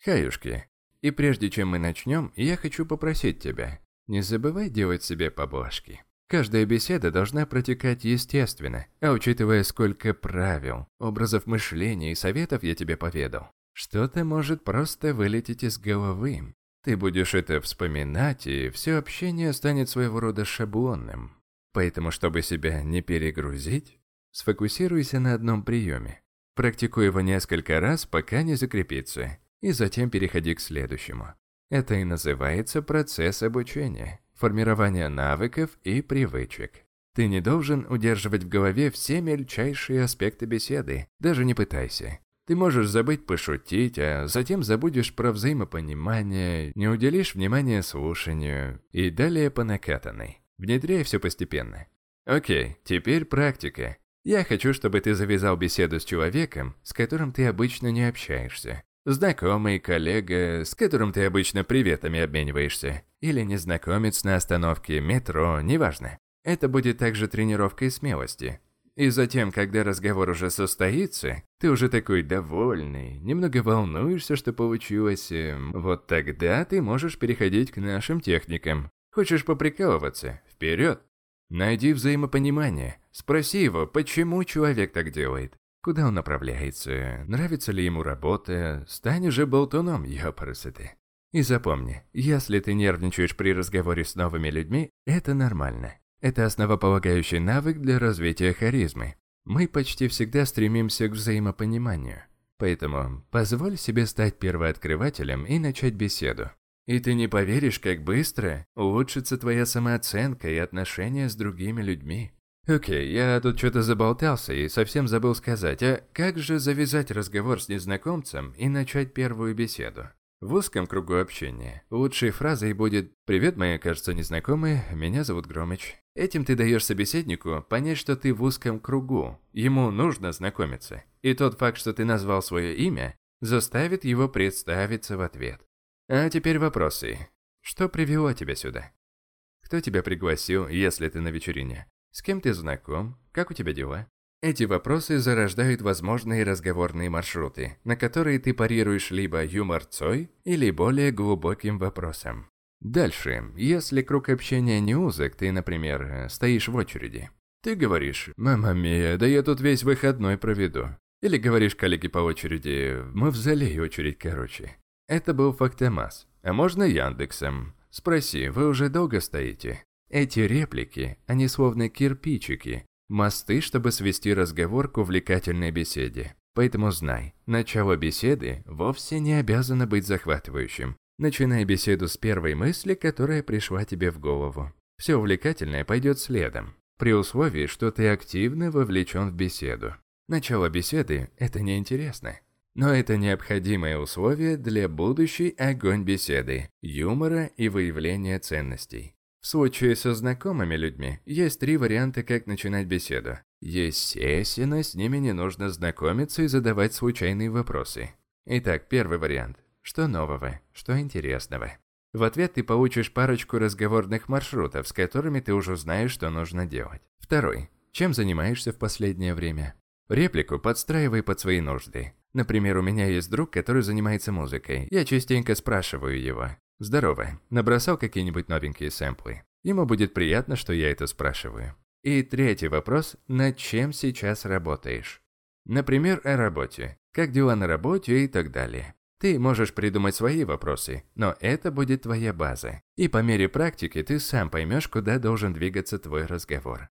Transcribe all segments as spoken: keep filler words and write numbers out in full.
Хаюшки, и прежде чем мы начнем, я хочу попросить тебя, не забывай делать себе поблажки. Каждая беседа должна протекать естественно, а учитывая, сколько правил, образов мышления и советов я тебе поведал, что-то может просто вылететь из головы. Ты будешь это вспоминать, и все общение станет своего рода шаблонным. Поэтому, чтобы себя не перегрузить, сфокусируйся на одном приеме. Практикуй его несколько раз, пока не закрепится, и затем переходи к следующему. Это и называется процесс обучения, формирование навыков и привычек. Ты не должен удерживать в голове все мельчайшие аспекты беседы, даже не пытайся. Ты можешь забыть пошутить, а затем забудешь про взаимопонимание, не уделишь внимания слушанию и далее по накатанной. Внедряй все постепенно. Окей, теперь практика. Я хочу, чтобы ты завязал беседу с человеком, с которым ты обычно не общаешься. Знакомый, коллега, с которым ты обычно приветами обмениваешься. Или незнакомец на остановке метро, неважно. Это будет также тренировкой смелости. И затем, когда разговор уже состоится, ты уже такой довольный, немного волнуешься, что получилось, вот тогда ты можешь переходить к нашим техникам. Хочешь поприкалываться? Вперед! Найди взаимопонимание. Спроси его, почему человек так делает. Куда он направляется, нравится ли ему работа, стань уже болтуном, ёпарасоты. И запомни, если ты нервничаешь при разговоре с новыми людьми, это нормально. Это основополагающий навык для развития харизмы. Мы почти всегда стремимся к взаимопониманию. Поэтому позволь себе стать первооткрывателем и начать беседу. И ты не поверишь, как быстро улучшится твоя самооценка и отношения с другими людьми. Окей, я тут что-то заболтался и совсем забыл сказать, а как же завязать разговор с незнакомцем и начать первую беседу? В узком кругу общения лучшей фразой будет «Привет, мои, кажется, незнакомые, меня зовут Громыч». Этим ты даешь собеседнику понять, что ты в узком кругу, ему нужно знакомиться. И тот факт, что ты назвал свое имя, заставит его представиться в ответ. А теперь вопросы. Что привело тебя сюда? Кто тебя пригласил, если ты на вечерине? С кем ты знаком? Как у тебя дела? Эти вопросы зарождают возможные разговорные маршруты, на которые ты парируешь либо юморцой или более глубоким вопросом. Дальше, если круг общения не узок, ты, например, стоишь в очереди. Ты говоришь «Мамма мия, да я тут весь выходной проведу». Или говоришь коллеге по очереди «В мавзолей очередь короче». Это был Фактомас. А можно Яндексом? Спроси, вы уже долго стоите? Эти реплики, они словно кирпичики, мосты, чтобы свести разговор к увлекательной беседе. Поэтому знай, начало беседы вовсе не обязано быть захватывающим. Начинай беседу с первой мысли, которая пришла тебе в голову. Все увлекательное пойдет следом, при условии, что ты активно вовлечен в беседу. Начало беседы – это неинтересно. Но это необходимое условие для будущей огонь беседы, юмора и выявления ценностей. В случае со знакомыми людьми есть три варианта, как начинать беседу. Естественно, с ними не нужно знакомиться и задавать случайные вопросы. Итак, первый вариант. Что нового? Что интересного? В ответ ты получишь парочку разговорных маршрутов, с которыми ты уже знаешь, что нужно делать. Второй. Чем занимаешься в последнее время? Реплику подстраивай под свои нужды. Например, у меня есть друг, который занимается музыкой. Я частенько спрашиваю его. Здорово, набросал какие-нибудь новенькие сэмплы? Ему будет приятно, что я это спрашиваю. И третий вопрос, над чем сейчас работаешь? Например, о работе. Как дела на работе и так далее. Ты можешь придумать свои вопросы, но это будет твоя база. И по мере практики ты сам поймешь, куда должен двигаться твой разговор.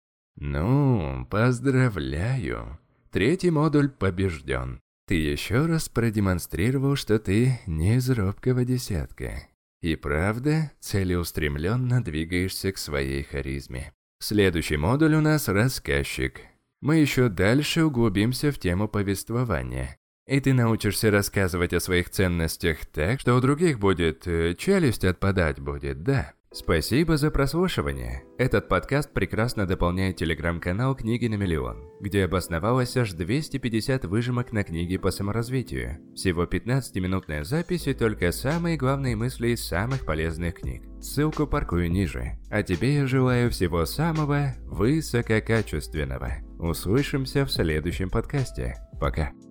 Ну, поздравляю. Третий модуль побежден. Ты еще раз продемонстрировал, что ты не из робкого десятка. И правда, целеустремленно двигаешься к своей харизме. Следующий модуль у нас рассказчик. Мы еще дальше углубимся в тему повествования. И ты научишься рассказывать о своих ценностях так, что у других будет э, челюсть отпадать будет, да. Спасибо за прослушивание. Этот подкаст прекрасно дополняет телеграм-канал «Книги на миллион», где обосновалось аж двести пятьдесят выжимок на книги по саморазвитию. Всего пятнадцатиминутная запись и только самые главные мысли из самых полезных книг. Ссылку паркую ниже. А тебе я желаю всего самого высококачественного. Услышимся в следующем подкасте. Пока.